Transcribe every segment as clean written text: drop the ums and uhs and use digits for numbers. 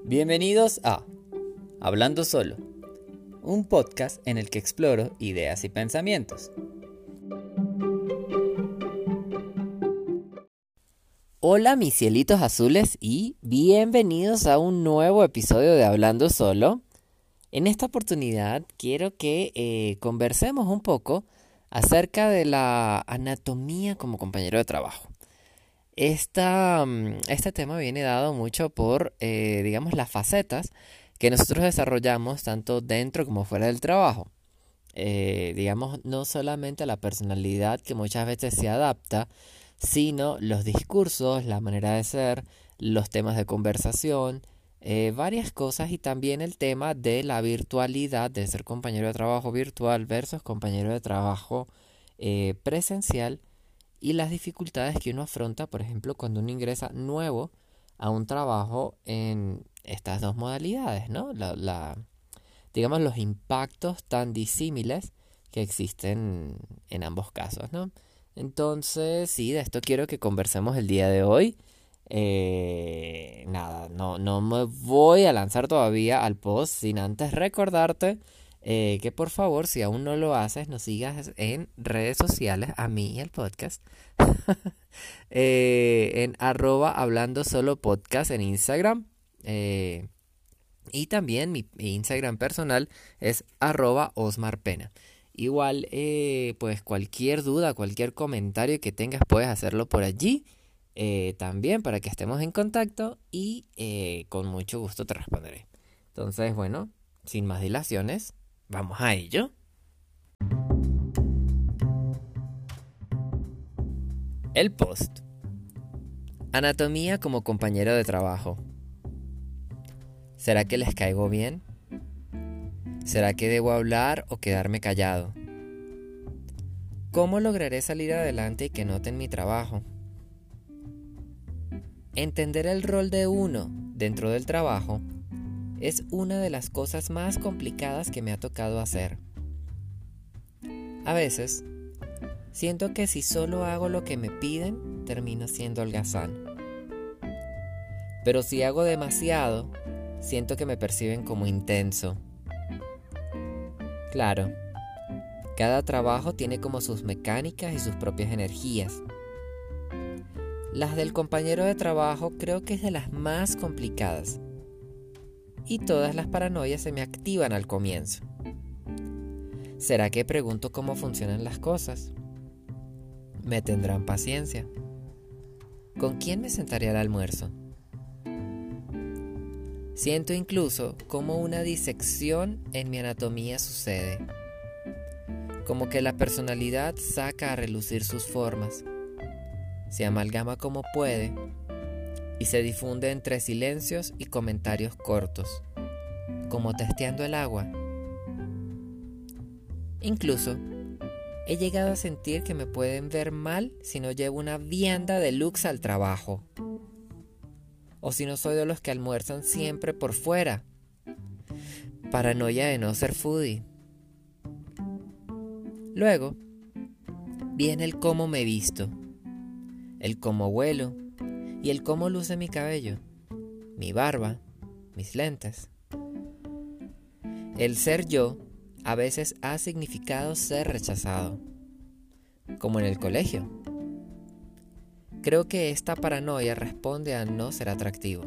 Bienvenidos a Hablando Solo, un podcast en el que exploro ideas y pensamientos. Hola mis cielitos azules y bienvenidos a un nuevo episodio de Hablando Solo. En esta oportunidad quiero que conversemos un poco acerca de la anatomía como compañero de trabajo. Este tema viene dado mucho por, las facetas que nosotros desarrollamos tanto dentro como fuera del trabajo. No solamente la personalidad que muchas veces se adapta, sino los discursos, la manera de ser, los temas de conversación, varias cosas y también el tema de la virtualidad, de ser compañero de trabajo virtual versus compañero de trabajo presencial. Y las dificultades que uno afronta, por ejemplo, cuando uno ingresa nuevo a un trabajo en estas dos modalidades, ¿no? Los impactos tan disímiles que existen en ambos casos, ¿no? Entonces, sí, de esto quiero que conversemos el día de hoy. No me voy a lanzar todavía al post sin antes recordarte que por favor, si aún no lo haces, nos sigas en redes sociales, a mí y al podcast, en @hablando solo podcast en Instagram, y también mi Instagram personal es @osmarpena. Igual, pues cualquier duda, cualquier comentario que tengas puedes hacerlo por allí, también para que estemos en contacto y con mucho gusto te responderé. Entonces, bueno, sin más dilaciones, vamos a ello. El post. Anatomía como compañero de trabajo. ¿Será que les caigo bien? ¿Será que debo hablar o quedarme callado? ¿Cómo lograré salir adelante y que noten mi trabajo? Entender el rol de uno dentro del trabajo es una de las cosas más complicadas que me ha tocado hacer. A veces, siento que si solo hago lo que me piden, termino siendo holgazán. Pero si hago demasiado, siento que me perciben como intenso. Claro, cada trabajo tiene como sus mecánicas y sus propias energías. Las del compañero de trabajo creo que es de las más complicadas. Y todas las paranoias se me activan al comienzo. ¿Será que pregunto cómo funcionan las cosas? ¿Me tendrán paciencia? ¿Con quién me sentaré al almuerzo? Siento incluso como una disección en mi anatomía sucede. Como que la personalidad saca a relucir sus formas. Se amalgama como puede y se difunde entre silencios y comentarios cortos, como testeando el agua. Incluso, he llegado a sentir que me pueden ver mal si no llevo una vianda deluxe al trabajo. O si no soy de los que almuerzan siempre por fuera. Paranoia de no ser foodie. Luego, viene el cómo me visto, el cómo huelo y el cómo luce mi cabello, mi barba, mis lentes. El ser yo a veces ha significado ser rechazado, como en el colegio. Creo que esta paranoia responde a no ser atractivo.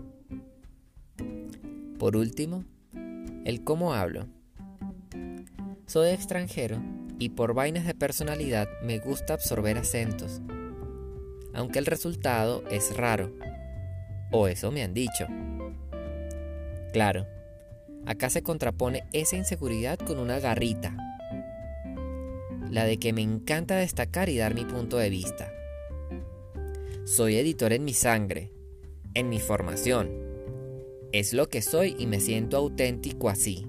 Por último, el cómo hablo. Soy extranjero y por vainas de personalidad me gusta absorber acentos, aunque el resultado es raro, o eso me han dicho. Claro, acá se contrapone esa inseguridad con una garrita, la de que me encanta destacar y dar mi punto de vista. Soy editor en mi sangre, en mi formación. Es lo que soy y me siento auténtico así.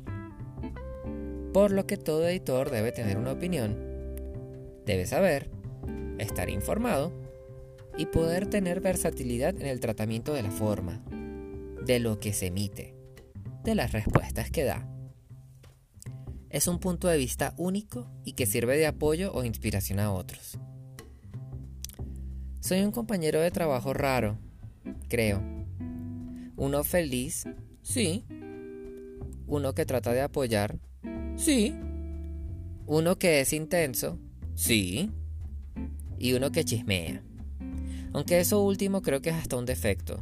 Por lo que todo editor debe tener una opinión, debe saber, estar informado y poder tener versatilidad en el tratamiento de la forma, de lo que se emite, de las respuestas que da. Es un punto de vista único y que sirve de apoyo o inspiración a otros. Soy un compañero de trabajo raro, creo. Uno feliz, sí. Uno que trata de apoyar, sí. Uno que es intenso, sí. Y uno que chismea. Aunque eso último creo que es hasta un defecto.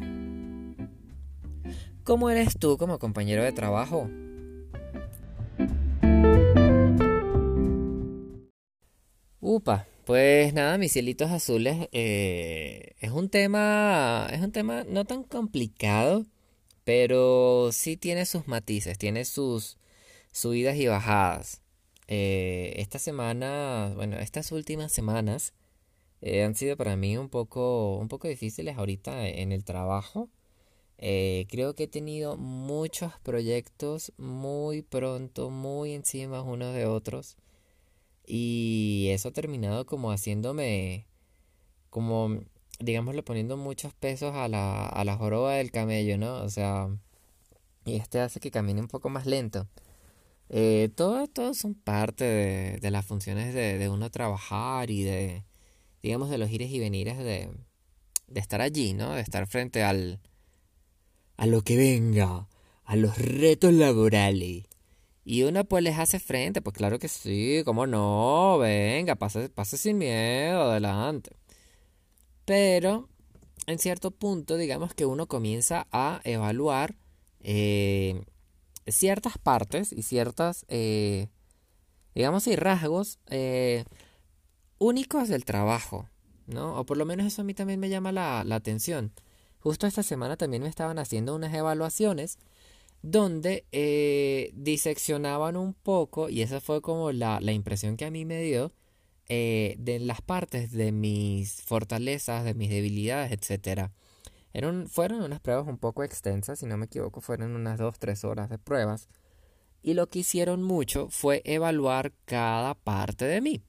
¿Cómo eres tú como compañero de trabajo? Upa, pues nada, mis cielitos azules, es un tema no tan complicado, pero sí tiene sus matices, tiene sus subidas y bajadas. Esta semana, bueno, estas últimas semanas han sido para mí un poco difíciles ahorita en el trabajo. Creo que he tenido muchos proyectos muy pronto, muy encima unos de otros. Y eso ha terminado como haciéndome, como, digámoslo, poniendo muchos pesos a la joroba del camello, ¿no? O sea, y este hace que camine un poco más lento. Todos son parte de las funciones de uno trabajar y digamos, de los ires y venires de estar allí, ¿no? De estar frente a lo que venga, a los retos laborales. Y uno pues les hace frente, pues claro que sí, cómo no, venga, pase sin miedo, adelante. Pero en cierto punto, digamos que uno comienza a evaluar eh, ciertas partes y ciertas, digamos, y rasgos únicos del trabajo, ¿no? O por lo menos eso a mí también me llama la atención. Justo esta semana también me estaban haciendo unas evaluaciones donde diseccionaban un poco, y esa fue como la impresión que a mí me dio, de las partes de mis fortalezas, de mis debilidades, etcétera. Fueron unas pruebas un poco extensas, si no me equivoco, fueron unas 2, 3 horas de pruebas, y lo que hicieron mucho fue evaluar cada parte de mí.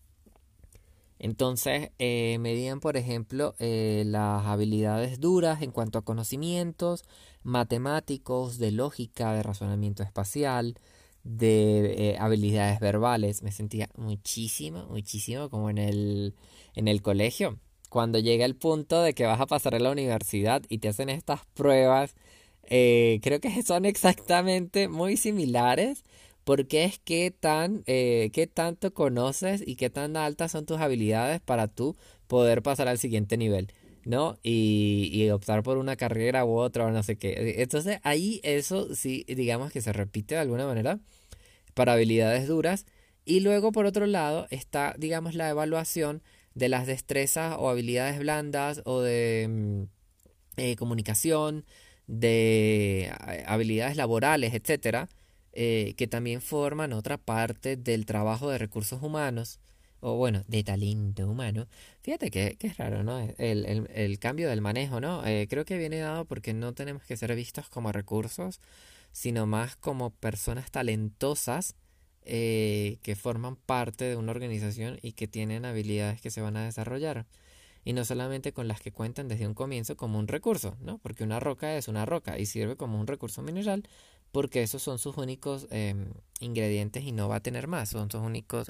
Entonces, medían, por ejemplo, las habilidades duras en cuanto a conocimientos matemáticos, de lógica, de razonamiento espacial, de habilidades verbales. Me sentía muchísimo, muchísimo como en el colegio. Cuando llega el punto de que vas a pasar a la universidad y te hacen estas pruebas, creo que son exactamente muy similares porque es qué tanto conoces y qué tan altas son tus habilidades para tú poder pasar al siguiente nivel, ¿no? Y optar por una carrera u otra o no sé qué. Entonces ahí eso sí, digamos que se repite de alguna manera para habilidades duras. Y luego por otro lado está, digamos, la evaluación de las destrezas o habilidades blandas o de comunicación, de habilidades laborales, etcétera, que también forman otra parte del trabajo de recursos humanos, o bueno, de talento humano. Fíjate que es raro, ¿no? El cambio del manejo, ¿no? Creo que viene dado porque no tenemos que ser vistos como recursos, sino más como personas talentosas que forman parte de una organización y que tienen habilidades que se van a desarrollar y no solamente con las que cuentan desde un comienzo como un recurso, ¿no? Porque una roca es una roca y sirve como un recurso mineral porque esos son sus únicos ingredientes y no va a tener más, son sus únicos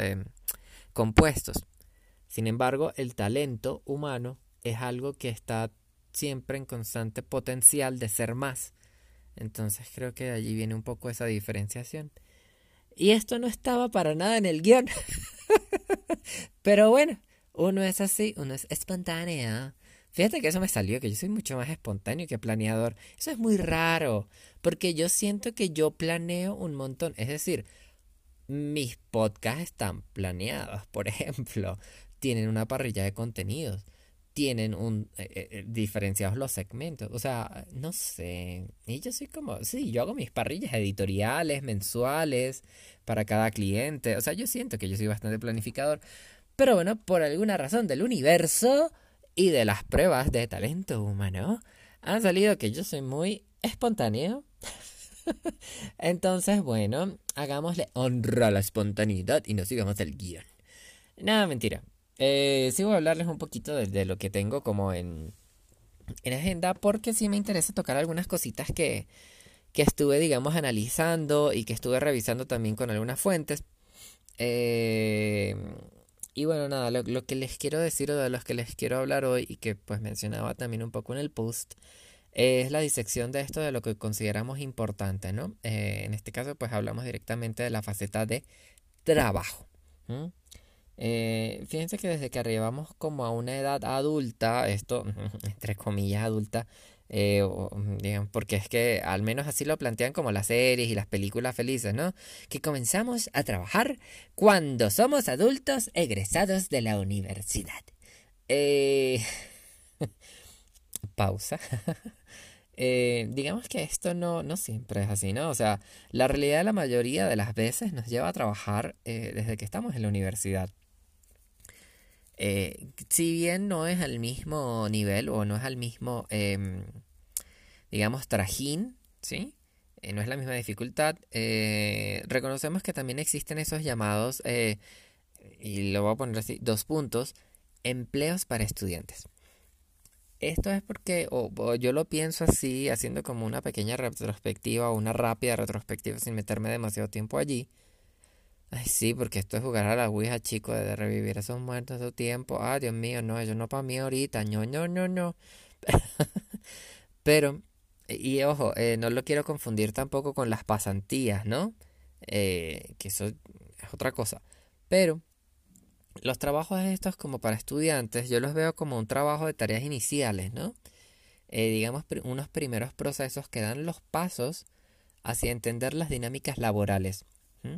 compuestos. Sin embargo, el talento humano es algo que está siempre en constante potencial de ser más. Entonces creo que de allí viene un poco esa diferenciación. Y esto no estaba para nada en el guión. Pero bueno, uno es así, uno es espontáneo. Fíjate que eso me salió, que yo soy mucho más espontáneo que planeador. Eso es muy raro, porque yo siento que yo planeo un montón. Es decir, mis podcasts están planeados, por ejemplo. Tienen una parrilla de contenidos. Tienen diferenciados los segmentos. O sea, no sé. Y yo soy como, sí, yo hago mis parrillas editoriales, mensuales, para cada cliente. O sea, yo siento que yo soy bastante planificador. Pero bueno, por alguna razón del universo y de las pruebas de talento humano, han salido que yo soy muy espontáneo. Entonces, bueno, hagámosle honra a la espontaneidad y no sigamos el guión. Nada, mentira. Sí voy a hablarles un poquito de lo que tengo como en agenda porque sí me interesa tocar algunas cositas que estuve, digamos, analizando y que estuve revisando también con algunas fuentes. Eh, y bueno, nada, lo que les quiero decir o de los que les quiero hablar hoy y que pues mencionaba también un poco en el post es la disección de esto de lo que consideramos importante, ¿no? En este caso, pues hablamos directamente de la faceta de trabajo. ¿Mm? Fíjense que desde que arribamos como a una edad adulta, esto, entre comillas, adulta, digamos, porque es que al menos así lo plantean como las series y las películas felices, ¿no? Que comenzamos a trabajar cuando somos adultos egresados de la universidad. Eh, pausa. Digamos que esto no siempre es así, ¿no? O sea, la realidad la mayoría de las veces nos lleva a trabajar desde que estamos en la universidad. Si bien no es al mismo nivel o no es al mismo, digamos, trajín, ¿sí? No es la misma dificultad. Reconocemos que también existen esos llamados, y lo voy a poner así, 2 puntos, empleos para estudiantes. Esto es porque, o yo lo pienso así, haciendo como una pequeña retrospectiva o una rápida retrospectiva sin meterme demasiado tiempo allí. Ay, sí, porque esto es jugar a la Ouija, chico, de revivir a esos muertos de su tiempo. Ah, Dios mío, no, eso no para mí ahorita. No, no, no, no. Pero, y ojo, no lo quiero confundir tampoco con las pasantías, ¿no? Que eso es otra cosa. Pero los trabajos estos como para estudiantes, yo los veo como un trabajo de tareas iniciales, ¿no? Digamos, unos primeros procesos que dan los pasos hacia entender las dinámicas laborales. ¿M?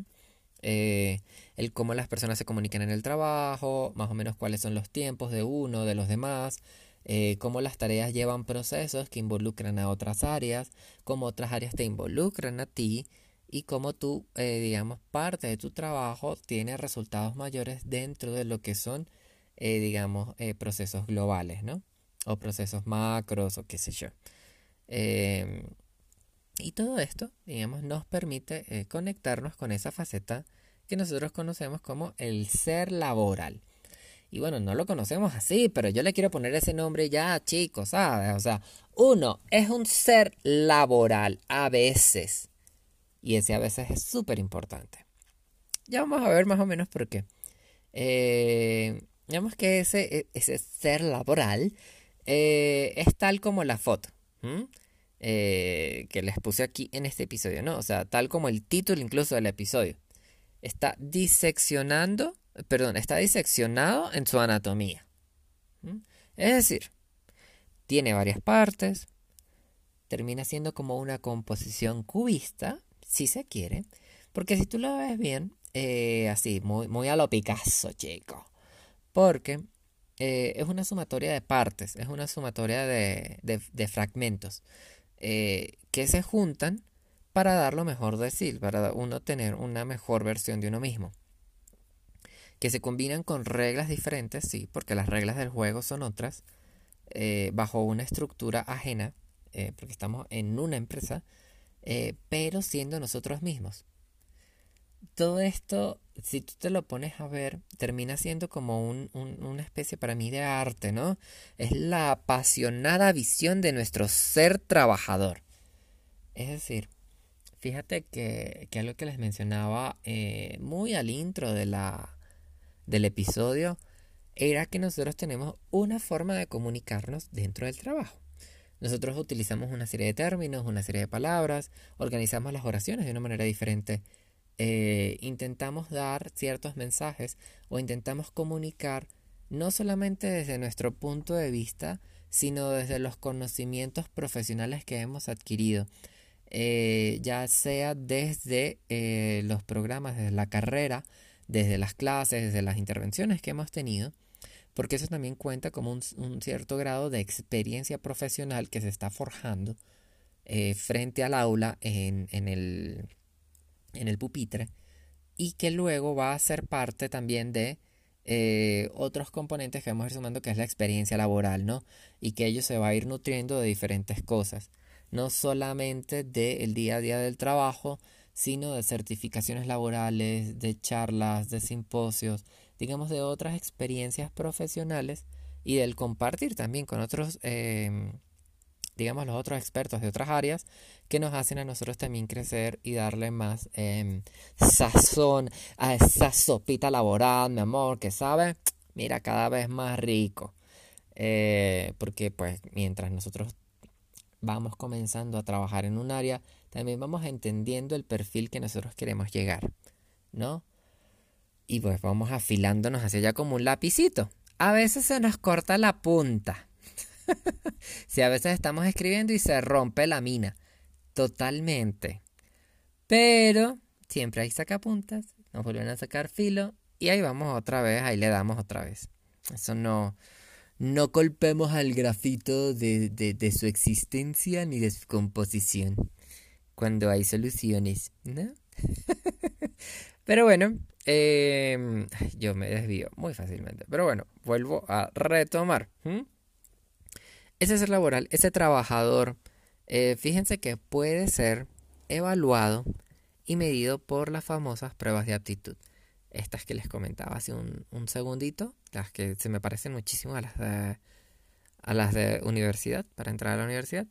El cómo las personas se comunican en el trabajo, más o menos cuáles son los tiempos de uno, de los demás, cómo las tareas llevan procesos que involucran a otras áreas, cómo otras áreas te involucran a ti y cómo tú, digamos, parte de tu trabajo tiene resultados mayores dentro de lo que son, digamos, procesos globales, ¿no? O procesos macros o qué sé yo. Em, y todo esto, digamos, nos permite conectarnos con esa faceta que nosotros conocemos como el ser laboral. Y bueno, no lo conocemos así, pero yo le quiero poner ese nombre ya, chicos, ¿sabes? O sea, uno es un ser laboral a veces. Y ese a veces es súper importante. Ya vamos a ver más o menos por qué. Digamos que ese ser laboral es tal como la foto. ¿M? Que les puse aquí en este episodio, ¿no? O sea, tal como el título incluso del episodio. Está diseccionando, perdón, está diseccionado en su anatomía. ¿M? Es decir, tiene varias partes, termina siendo como una composición cubista, si se quiere, porque si tú lo ves bien, así, muy, muy a lo Picasso, chico, porque es una sumatoria de partes, es una sumatoria de fragmentos que se juntan para dar lo mejor de sí, para uno tener una mejor versión de uno mismo. Que se combinan con reglas diferentes, sí, porque las reglas del juego son otras, bajo una estructura ajena, porque estamos en una empresa, pero siendo nosotros mismos. Todo esto, si tú te lo pones a ver, termina siendo como una especie para mí de arte, ¿no? Es la apasionada visión de nuestro ser trabajador. Es decir, fíjate que algo que les mencionaba muy al intro del episodio era que nosotros tenemos una forma de comunicarnos dentro del trabajo. Nosotros utilizamos una serie de términos, una serie de palabras, organizamos las oraciones de una manera diferente, intentamos dar ciertos mensajes o intentamos comunicar no solamente desde nuestro punto de vista, sino desde los conocimientos profesionales que hemos adquirido, ya sea desde los programas, desde la carrera, desde las clases, desde las intervenciones que hemos tenido, porque eso también cuenta como un cierto grado de experiencia profesional que se está forjando frente al aula en el pupitre y que luego va a ser parte también de otros componentes que vamos a ir sumando, que es la experiencia laboral, ¿no? Y que ello se va a ir nutriendo de diferentes cosas, no solamente del día a día del trabajo, sino de certificaciones laborales, de charlas, de simposios, digamos de otras experiencias profesionales y del compartir también con otros, digamos los otros expertos de otras áreas que nos hacen a nosotros también crecer y darle más sazón a esa sopita laboral, mi amor, que sabe, mira, cada vez más rico. Porque pues mientras nosotros vamos comenzando a trabajar en un área, también vamos entendiendo el perfil que nosotros queremos llegar, ¿no? Y pues vamos afilándonos hacia allá como un lapicito. A veces se nos corta la punta. Si a veces estamos escribiendo y se rompe la mina. Totalmente. Pero siempre hay sacapuntas. Nos vuelven a sacar filo. Y ahí vamos otra vez. Ahí le damos otra vez. Eso no. No culpemos al grafito de su existencia ni de su composición. Cuando hay soluciones, ¿no? Pero bueno, yo me desvío muy fácilmente. Pero bueno, vuelvo a retomar. Ese ser laboral, ese trabajador, fíjense que puede ser evaluado y medido por las famosas pruebas de aptitud. Estas que les comentaba hace un segundito, las que se me parecen muchísimo a las de universidad, para entrar a la universidad.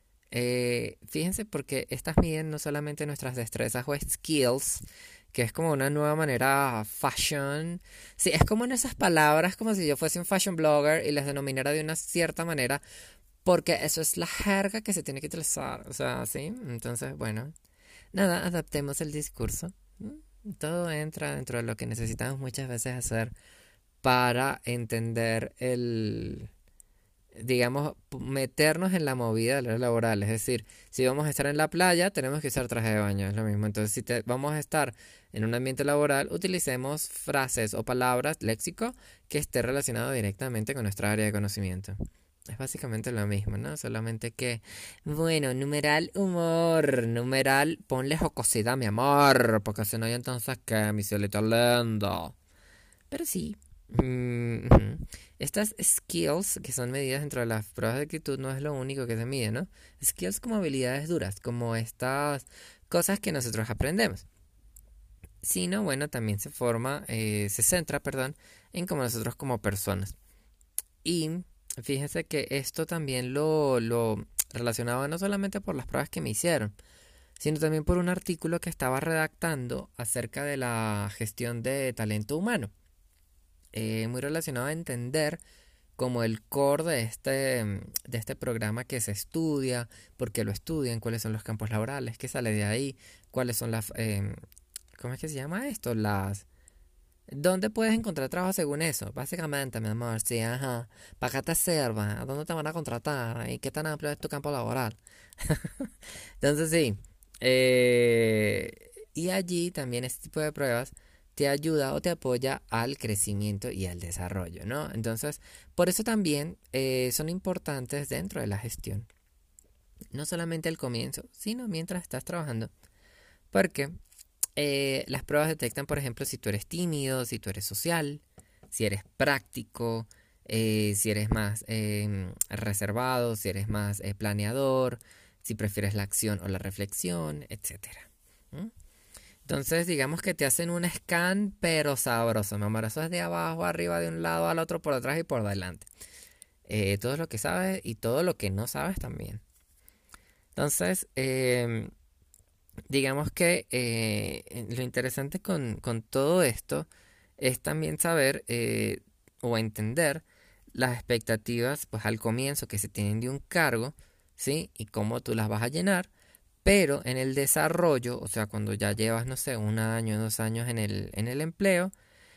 Fíjense porque estas miden no solamente nuestras destrezas o skills, que es como una nueva manera fashion. Sí, es como en esas palabras, como si yo fuese un fashion blogger y les denominara de una cierta manera, porque eso es la jerga que se tiene que utilizar. O sea, sí. Entonces, bueno, nada, adaptemos el discurso. Todo entra dentro de lo que necesitamos muchas veces hacer para entender digamos, meternos en la movida de la hora laboral. Es decir, si vamos a estar en la playa, tenemos que usar traje de baño, es lo mismo. Entonces, si vamos a estar en un ambiente laboral, utilicemos frases o palabras, léxico, que esté relacionado directamente con nuestra área de conocimiento. Es básicamente lo mismo, ¿no? Solamente que, bueno, numeral humor, numeral ponle jocosidad, mi amor, porque si no hay entonces que mi cielito lindo. Pero sí. Estas skills que son medidas dentro de las pruebas de actitud no es lo único que se mide, ¿no? Skills como habilidades duras, como estas cosas que nosotros aprendemos. Sino, bueno, también se centra, perdón, en como nosotros como personas. Y fíjense que esto también lo relacionaba no solamente por las pruebas que me hicieron, sino también por un artículo que estaba redactando acerca de la gestión de talento humano. Muy relacionado a entender como el core de este programa que se estudia, por qué lo estudian, cuáles son los campos laborales, qué sale de ahí, cuáles son las... ¿cómo es que se llama esto? ¿Dónde puedes encontrar trabajo según eso? Básicamente, mi amor, sí, ajá. ¿Para qué te sirva? ¿A dónde te van a contratar? ¿Y qué tan amplio es tu campo laboral? Entonces, sí. Y allí también este tipo de pruebas te ayuda o te apoya al crecimiento y al desarrollo, ¿no? Entonces, por eso también son importantes dentro de la gestión. No solamente al comienzo, sino mientras estás trabajando. Porque las pruebas detectan, por ejemplo, si tú eres tímido, si tú eres social, si eres práctico, si eres más reservado, si eres más planeador, si prefieres la acción o la reflexión, etcétera. Entonces, digamos que te hacen un scan, pero sabroso, mi amor. Eso es de abajo, arriba, de un lado al otro, por atrás y por delante. Todo lo que sabes y todo lo que no sabes también. Entonces, digamos que lo interesante con todo esto es también saber o entender las expectativas, pues al comienzo que se tienen de un cargo, ¿sí? Y cómo tú las vas a llenar. Pero en el desarrollo, o sea, cuando ya llevas, no sé, 1 año, 2 años en el empleo,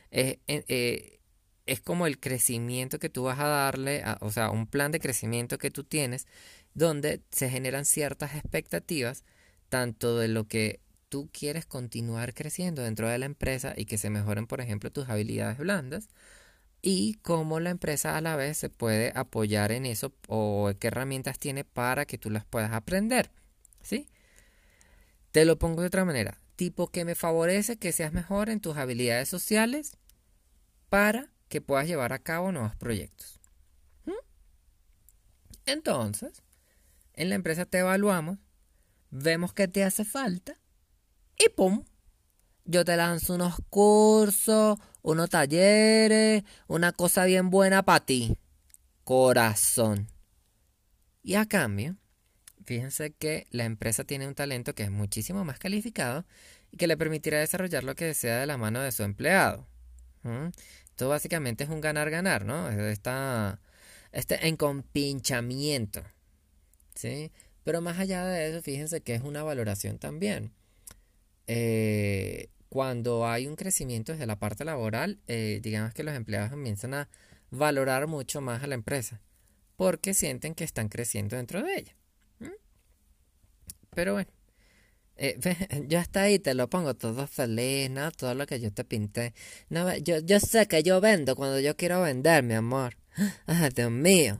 es como el crecimiento que tú vas a darle, o sea, un plan de crecimiento que tú tienes, donde se generan ciertas expectativas, tanto de lo que tú quieres continuar creciendo dentro de la empresa y que se mejoren, por ejemplo, tus habilidades blandas, y cómo la empresa a la vez se puede apoyar en eso o qué herramientas tiene para que tú las puedas aprender, ¿sí? Te lo pongo de otra manera, tipo que me favorece que seas mejor en tus habilidades sociales para que puedas llevar a cabo nuevos proyectos. Entonces, en la empresa te evaluamos, vemos que te hace falta y ¡pum! Yo te lanzo unos cursos, unos talleres, una cosa bien buena para ti. Corazón. Y a cambio, fíjense que la empresa tiene un talento que es muchísimo más calificado y que le permitirá desarrollar lo que desea de la mano de su empleado. Esto básicamente es un ganar-ganar, ¿no? Este encompinchamiento. ¿sí? Pero más allá de eso, fíjense que es una valoración también. Cuando hay un crecimiento desde la parte laboral, digamos que los empleados comienzan a valorar mucho más a la empresa, porque sienten que están creciendo dentro de ella. ¿Mm? Pero bueno, yo hasta ahí te lo pongo todo feliz, ¿no? Todo lo que yo te pinté. No, yo sé que yo vendo cuando yo quiero vender, mi amor. Ah, Dios mío.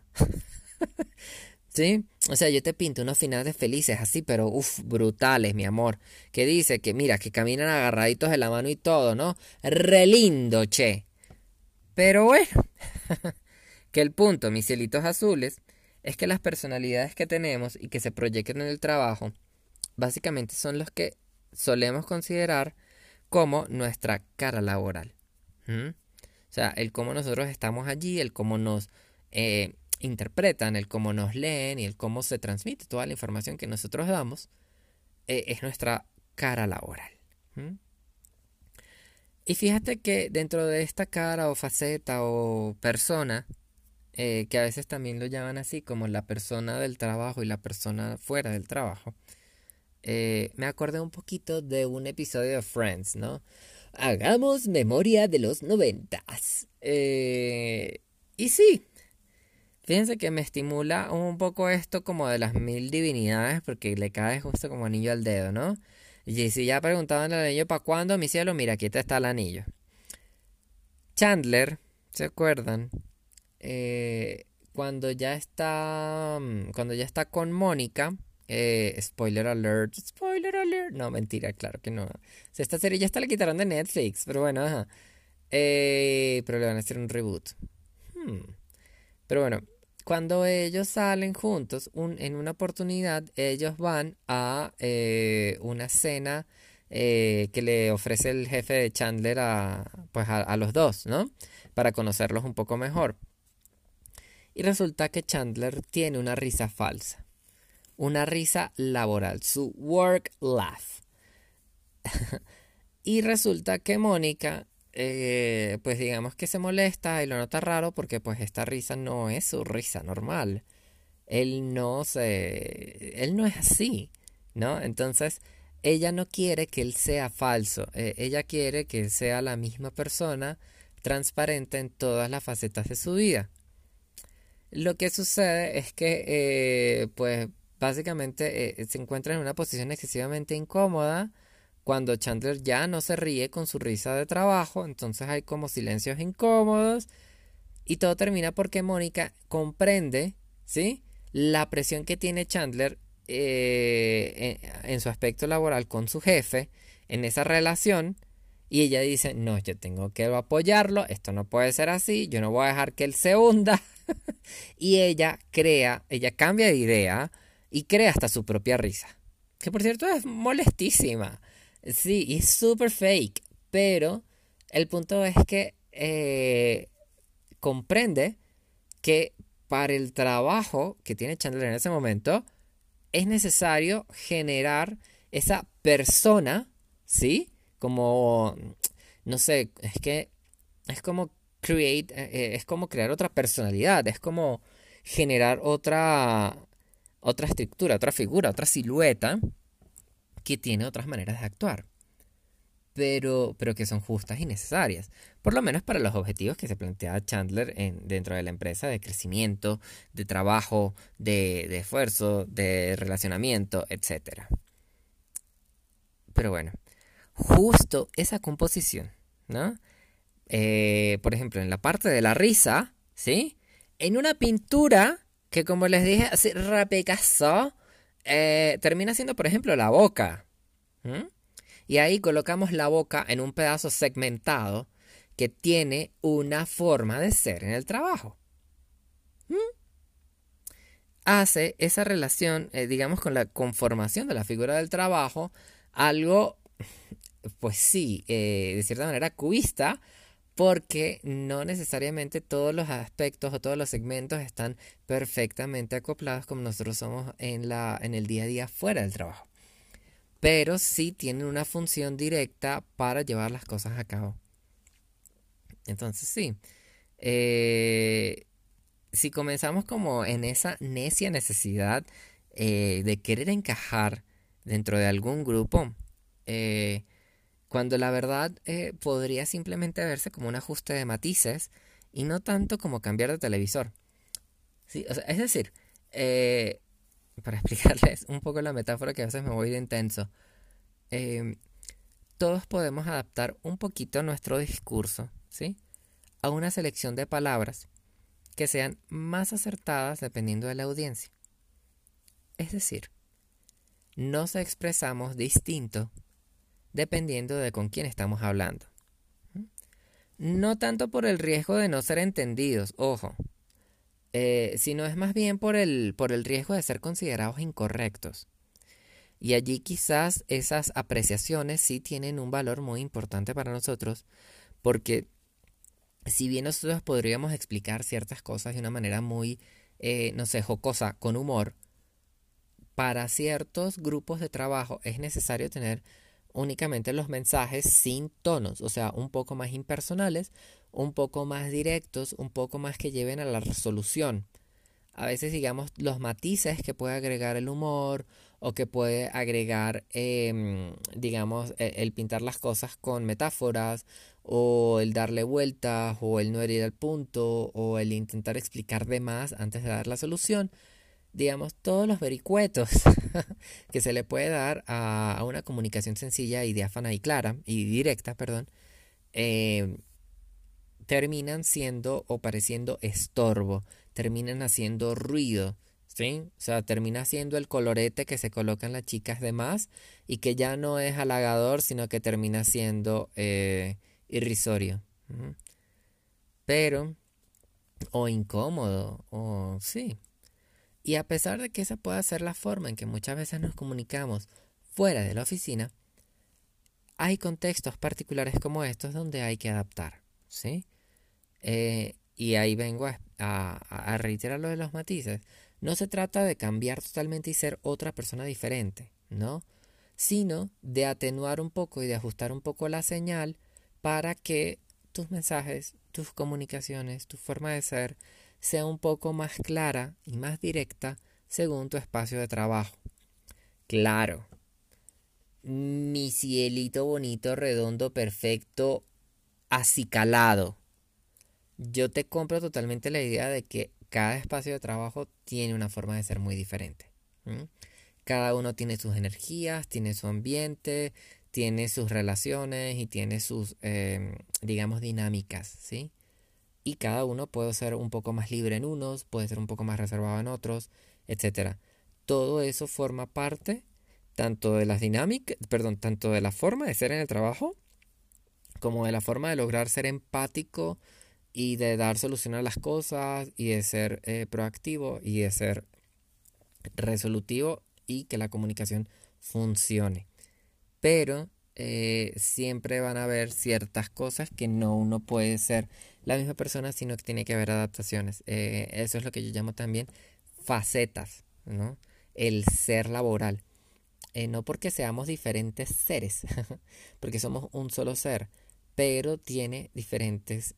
¿Sí? O sea, yo te pinto unos finales felices así, pero uff, brutales, mi amor. Que dice que mira, que caminan agarraditos de la mano y todo, ¿no? Re lindo, che. Pero bueno, que el punto, mis cielitos azules, es que las personalidades que tenemos y que se proyectan en el trabajo, básicamente son los que solemos considerar como nuestra cara laboral. ¿Mm? O sea, el cómo nosotros estamos allí, el cómo nos interpretan, el cómo nos leen y el cómo se transmite toda la información que nosotros damos, es nuestra cara laboral. ¿Mm? Y fíjate que dentro de esta cara o faceta o persona, que a veces también lo llaman así como la persona del trabajo y la persona fuera del trabajo, me acordé un poquito de un episodio de Friends, ¿no? Hagamos memoria de los 90s. Y sí, fíjense que me estimula un poco esto como de las mil divinidades porque le cae justo como anillo al dedo, ¿no? Y si ya preguntaban al anillo para cuándo, mi cielo, mira, aquí te está el anillo. Chandler, ¿se acuerdan? Cuando ya está con Mónica, spoiler alert, no, mentira, claro que no. O sea, esta serie ya está la quitaron de Netflix, pero bueno, ajá. Pero le van a hacer un reboot. Hmm. Pero bueno, cuando ellos salen juntos, en una oportunidad, ellos van a una cena que le ofrece el jefe de Chandler pues a los dos, ¿no? Para conocerlos un poco mejor. Y resulta que Chandler tiene una risa falsa, una risa laboral, su work laugh. Y resulta que Mónica, pues digamos que se molesta y lo nota raro porque pues esta risa no es su risa normal. Él no es así, ¿no? Entonces, ella no quiere que él sea falso, ella quiere que él sea la misma persona transparente en todas las facetas de su vida. Lo que sucede es que, pues, básicamente se encuentra en una posición excesivamente incómoda cuando Chandler ya no se ríe con su risa de trabajo, entonces hay como silencios incómodos y todo termina porque Mónica comprende, ¿sí? La presión que tiene Chandler en su aspecto laboral con su jefe, en esa relación, y ella dice, no, yo tengo que apoyarlo, esto no puede ser así, yo no voy a dejar que él se hunda. Y ella cambia de idea y crea hasta su propia risa. Que por cierto es molestísima. Sí, y es súper fake. Pero el punto es que comprende que para el trabajo que tiene Chandler en ese momento es necesario generar esa persona, ¿sí? Como, no sé, es que es como es como crear otra personalidad, es como generar otra estructura, otra figura, otra silueta que tiene otras maneras de actuar, pero que son justas y necesarias, por lo menos para los objetivos que se plantea Chandler dentro de la empresa de crecimiento, de trabajo, de esfuerzo, de relacionamiento, etcétera. Pero bueno, justo esa composición, ¿no? Por ejemplo, en la parte de la risa, ¿sí? En una pintura que, como les dije, así Picasso, termina siendo, por ejemplo, la boca. ¿Mm? Y ahí colocamos la boca en un pedazo segmentado que tiene una forma de ser en el trabajo. ¿Mm? Hace esa relación, digamos, con la conformación de la figura del trabajo, algo, pues sí, de cierta manera cubista, porque no necesariamente todos los aspectos o todos los segmentos están perfectamente acoplados como nosotros somos en el día a día fuera del trabajo. Pero sí tienen una función directa para llevar las cosas a cabo. Entonces sí, si comenzamos como en esa necia necesidad de querer encajar dentro de algún grupo, eh, cuando la verdad podría simplemente verse como un ajuste de matices y no tanto como cambiar de televisor. ¿Sí? O sea, es decir, eh, para explicarles un poco la metáfora que a veces me voy de intenso, eh, todos podemos adaptar un poquito nuestro discurso, ¿sí? A una selección de palabras que sean más acertadas dependiendo de la audiencia. Es decir, nos expresamos distinto dependiendo de con quién estamos hablando. No tanto por el riesgo de no ser entendidos, ojo, sino es más bien por el riesgo de ser considerados incorrectos. Y allí quizás esas apreciaciones sí tienen un valor muy importante para nosotros, porque si bien nosotros podríamos explicar ciertas cosas de una manera muy, no sé, jocosa, con humor, para ciertos grupos de trabajo es necesario tener únicamente los mensajes sin tonos, o sea, un poco más impersonales, un poco más directos, un poco más que lleven a la resolución. A veces, digamos, los matices que puede agregar el humor o que puede agregar, digamos, el pintar las cosas con metáforas o el darle vueltas o el no herir al punto o el intentar explicar de más antes de dar la solución, digamos, todos los vericuetos que se le puede dar a una comunicación sencilla y diáfana y clara y directa, perdón, eh, terminan siendo o pareciendo estorbo, terminan haciendo ruido, ¿sí? O sea, termina siendo el colorete que se colocan las chicas de más y que ya no es halagador, sino que termina siendo irrisorio. Ujú. Pero, o incómodo, o sí. Y a pesar de que esa pueda ser la forma en que muchas veces nos comunicamos fuera de la oficina, hay contextos particulares como estos donde hay que adaptar, ¿sí? Y ahí vengo a reiterar lo de los matices. No se trata de cambiar totalmente y ser otra persona diferente, ¿no? Sino de atenuar un poco y de ajustar un poco la señal para que tus mensajes, tus comunicaciones, tu forma de ser sea un poco más clara y más directa según tu espacio de trabajo. Claro, mi cielito bonito, redondo, perfecto, acicalado. Yo te compro totalmente la idea de que cada espacio de trabajo tiene una forma de ser muy diferente. ¿M? Cada uno tiene sus energías, tiene su ambiente, tiene sus relaciones y tiene sus, digamos, dinámicas, ¿sí? Y cada uno puede ser un poco más libre en unos, puede ser un poco más reservado en otros, etcétera. Todo eso forma parte tanto de las dinámicas, perdón, tanto de la forma de ser en el trabajo como de la forma de lograr ser empático y de dar solución a las cosas y de ser proactivo y de ser resolutivo y que la comunicación funcione. Pero siempre van a haber ciertas cosas que no uno puede ser la misma persona, sino que tiene que haber adaptaciones. Eso es lo que yo llamo también facetas, ¿no? El ser laboral. No porque seamos diferentes seres, porque somos un solo ser, pero tiene diferentes,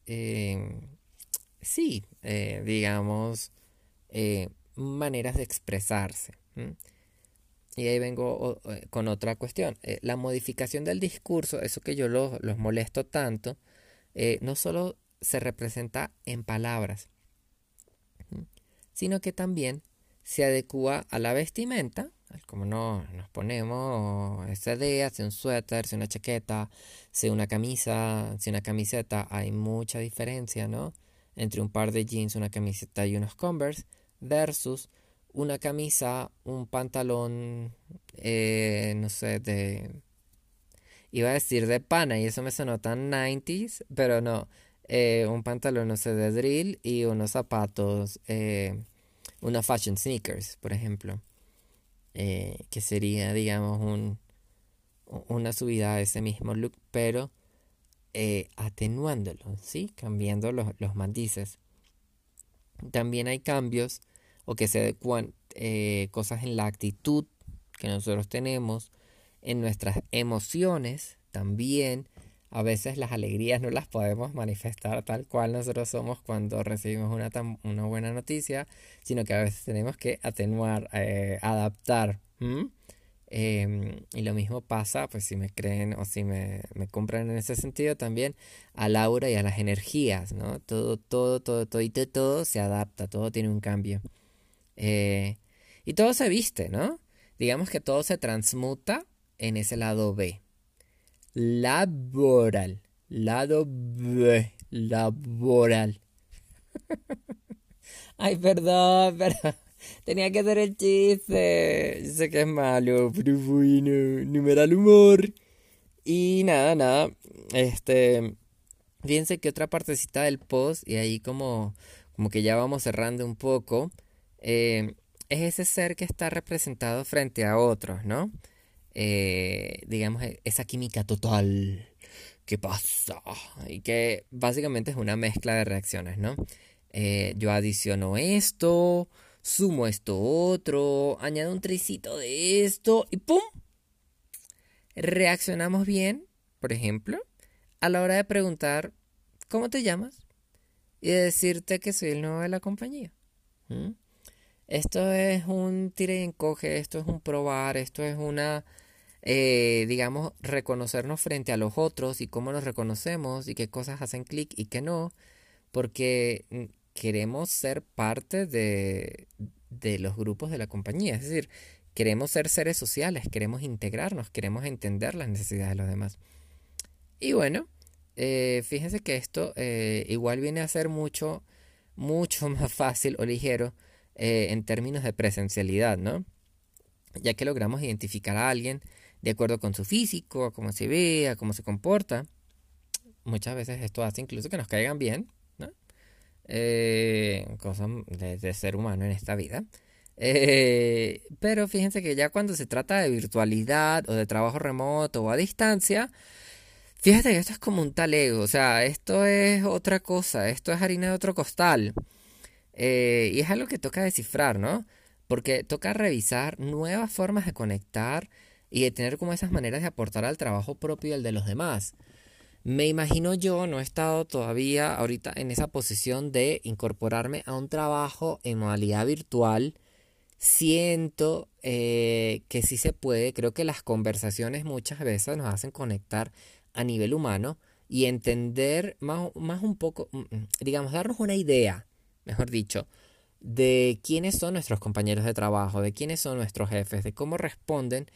sí, digamos, maneras de expresarse. ¿M? Y ahí vengo con otra cuestión. La modificación del discurso, eso que yo los molesto tanto, no solo se representa en palabras, ¿m? Sino que también se adecua a la vestimenta, como no nos ponemos esa idea, sea un suéter, sea una chaqueta, sea una camisa, sea una camiseta, hay mucha diferencia, ¿no? Entre un par de jeans, una camiseta y unos Converse versus una camisa, un pantalón, no sé, iba a decir de pana y eso me sonó tan 90s, pero no, un pantalón, no sé, de drill y unos zapatos, unos fashion sneakers, por ejemplo, que sería, digamos, una subida a ese mismo look, pero atenuándolo, ¿sí? Cambiando los matices. También hay cambios o que se adecuan cosas en la actitud que nosotros tenemos, en nuestras emociones también. a veces las alegrías no las podemos manifestar tal cual nosotros somos cuando recibimos una buena noticia, sino que a veces tenemos que atenuar, adaptar. ¿M? Y lo mismo pasa, pues si me creen o si me compran en ese sentido también al aura y a las energías, ¿no? Todo se adapta, todo tiene un cambio. Eh, y todo se viste, ¿no? Digamos que todo se transmuta en ese lado B. Laboral. Lado B. Laboral. Ay, perdón, perdón. Tenía que hacer el chiste. Yo sé que es malo, pero bueno, numeral humor. Y nada, nada. Este, fíjense que otra partecita del post, y ahí como que ya vamos cerrando un poco, es ese ser que está representado frente a otros, ¿no? Digamos, esa química total. ¿Qué pasa? Y que básicamente es una mezcla de reacciones, ¿no? Yo adiciono esto, sumo esto otro, añado un tricito de esto y ¡pum! Reaccionamos bien, por ejemplo, a la hora de preguntar ¿cómo te llamas? Y de decirte que soy el nuevo de la compañía. ¿Mm? Esto es un tire y encoge, esto es un probar, esto es una, digamos, reconocernos frente a los otros y cómo nos reconocemos y qué cosas hacen clic y qué no, porque queremos ser parte de los grupos de la compañía, es decir, queremos ser seres sociales, queremos integrarnos, queremos entender las necesidades de los demás. Y bueno, fíjense que esto igual viene a ser mucho más fácil o ligero en términos de presencialidad, ¿no? Ya que logramos identificar a alguien de acuerdo con su físico, a cómo se ve, a cómo se comporta. Muchas veces esto hace incluso que nos caigan bien, ¿no? Cosa de ser humano en esta vida. Pero fíjense que ya cuando se trata de virtualidad o de trabajo remoto o a distancia, fíjate que esto es como un talego, o sea, esto es otra cosa, esto es harina de otro costal. Y es algo que toca descifrar, ¿no? Porque toca revisar nuevas formas de conectar y de tener como esas maneras de aportar al trabajo propio y al de los demás. Me imagino yo, no he estado todavía ahorita en esa posición de incorporarme a un trabajo en modalidad virtual. Siento que sí se puede, creo que las conversaciones muchas veces nos hacen conectar a nivel humano y entender más un poco, digamos, darnos una idea, mejor dicho, de quiénes son nuestros compañeros de trabajo, de quiénes son nuestros jefes, de cómo responden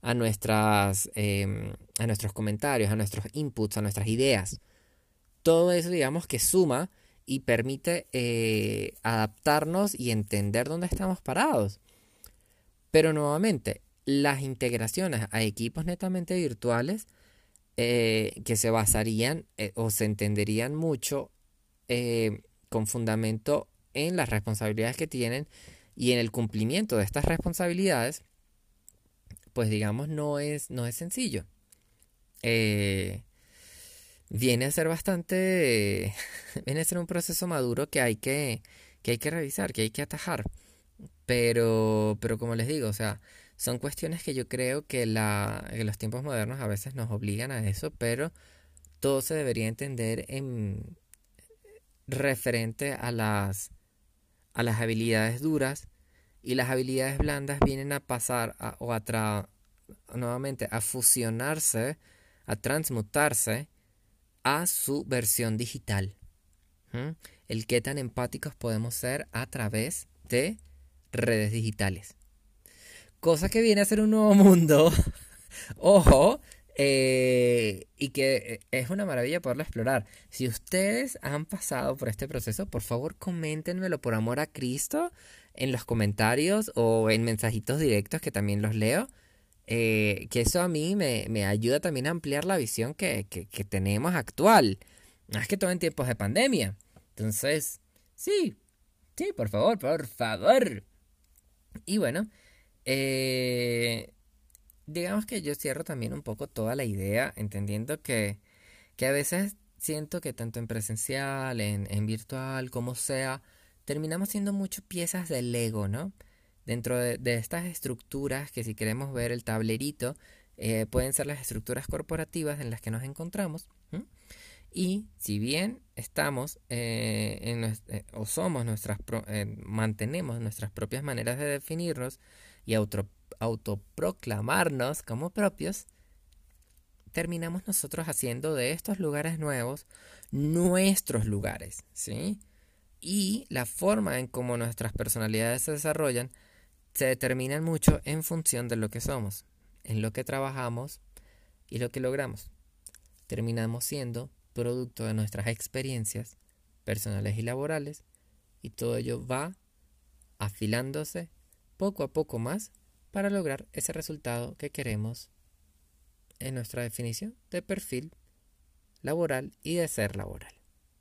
a nuestros comentarios, a nuestros inputs, a nuestras ideas. Todo eso, digamos, que suma y permite adaptarnos y entender dónde estamos parados. Pero nuevamente, las integraciones a equipos netamente virtuales que se basarían o se entenderían mucho con fundamento en las responsabilidades que tienen y en el cumplimiento de estas responsabilidades, pues digamos no es sencillo. Eh, Viene a ser bastante, viene a ser un proceso maduro que hay que revisar, que hay que atajar. Pero como les digo, o sea, son cuestiones que yo creo que los tiempos modernos a veces nos obligan a eso, pero todo se debería entender en referente a las habilidades duras y las habilidades blandas vienen a pasar nuevamente a fusionarse, a transmutarse a su versión digital. ¿Mm? El qué tan empáticos podemos ser a través de redes digitales. Cosa que viene a ser un nuevo mundo, ojo, y que es una maravilla poderlo explorar. Si ustedes han pasado por este proceso, por favor coméntenmelo por amor a Cristo en los comentarios o en mensajitos directos que también los leo. Que eso a mí me ayuda también a ampliar la visión que tenemos actual. Más que todo en tiempos de pandemia. Entonces, sí, sí, por favor, por favor. Y bueno, eh, digamos que yo cierro también un poco toda la idea, entendiendo que a veces siento que tanto en presencial, en virtual, como sea, terminamos siendo mucho piezas del Lego, ¿no? Dentro de estas estructuras que si queremos ver el tablerito, pueden ser las estructuras corporativas en las que nos encontramos. Y si bien estamos o somos mantenemos nuestras propias maneras de definirnos y autoproclamarnos como propios, terminamos nosotros haciendo de estos lugares nuevos nuestros lugares, ¿sí? Y la forma en cómo nuestras personalidades se desarrollan se determinan mucho en función de lo que somos, en lo que trabajamos y lo que logramos. Terminamos siendo producto de nuestras experiencias personales y laborales, y todo ello va afilándose poco a poco más para lograr ese resultado que queremos en nuestra definición de perfil laboral y de ser laboral.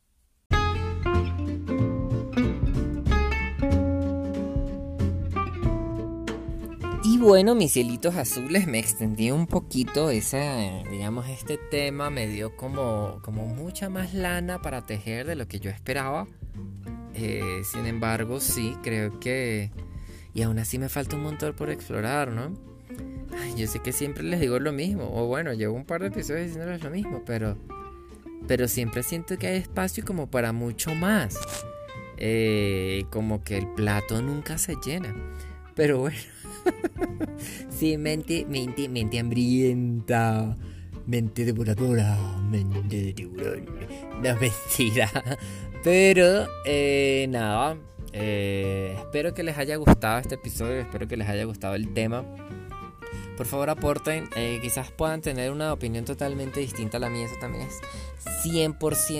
Y bueno, mis cielitos azules, me extendí un poquito este tema me dio como mucha más lana para tejer de lo que yo esperaba. Sin embargo, sí, creo que... Y aún así me falta un montón por explorar, ¿no? Yo sé que siempre les digo lo mismo, o bueno, llevo un par de episodios diciéndoles lo mismo, pero siempre siento que hay espacio como para mucho más. Como que el plato nunca se llena. Pero bueno, sí, mente hambrienta, mente devoradora, mente de tiburón. No, mentira. Pero nada, espero que les haya gustado este episodio, espero que les haya gustado el tema. Por favor aporten, quizás puedan tener una opinión totalmente distinta a la mía. Eso también es 100%,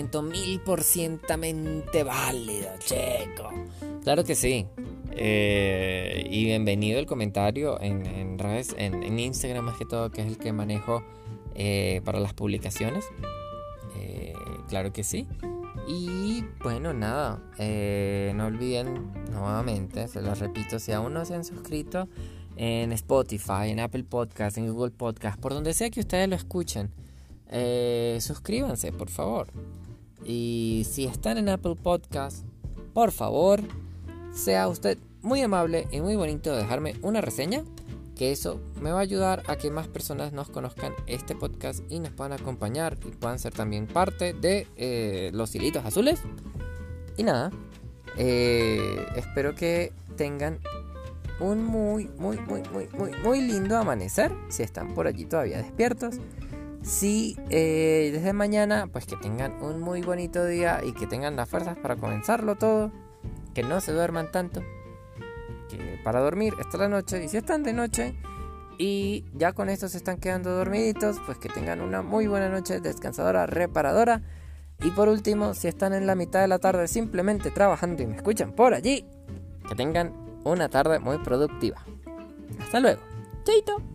1000% válido, chico. Claro que sí. Y bienvenido el comentario en redes, en Instagram más que todo, que es el que manejo para las publicaciones. Claro que sí. Y bueno, nada, no olviden nuevamente, se los repito, si aún no se han suscrito en Spotify, en Apple Podcast, en Google Podcast, por donde sea que ustedes lo escuchen, suscríbanse, por favor. Y si están en Apple Podcast, por favor, sea usted muy amable y muy bonito de dejarme una reseña, que eso me va a ayudar a que más personas nos conozcan este podcast y nos puedan acompañar y puedan ser también parte de los hilitos azules. Y nada, espero que tengan un muy lindo amanecer, si están por allí todavía despiertos. Si desde mañana, pues que tengan un muy bonito día y que tengan las fuerzas para comenzarlo todo. Que no se duerman tanto, que para dormir está la noche. Y si están de noche y ya con esto se están quedando dormiditos, pues que tengan una muy buena noche descansadora, reparadora. Y por último, si están en la mitad de la tarde simplemente trabajando y me escuchan por allí, que tengan una tarde muy productiva. Hasta luego. Chaito.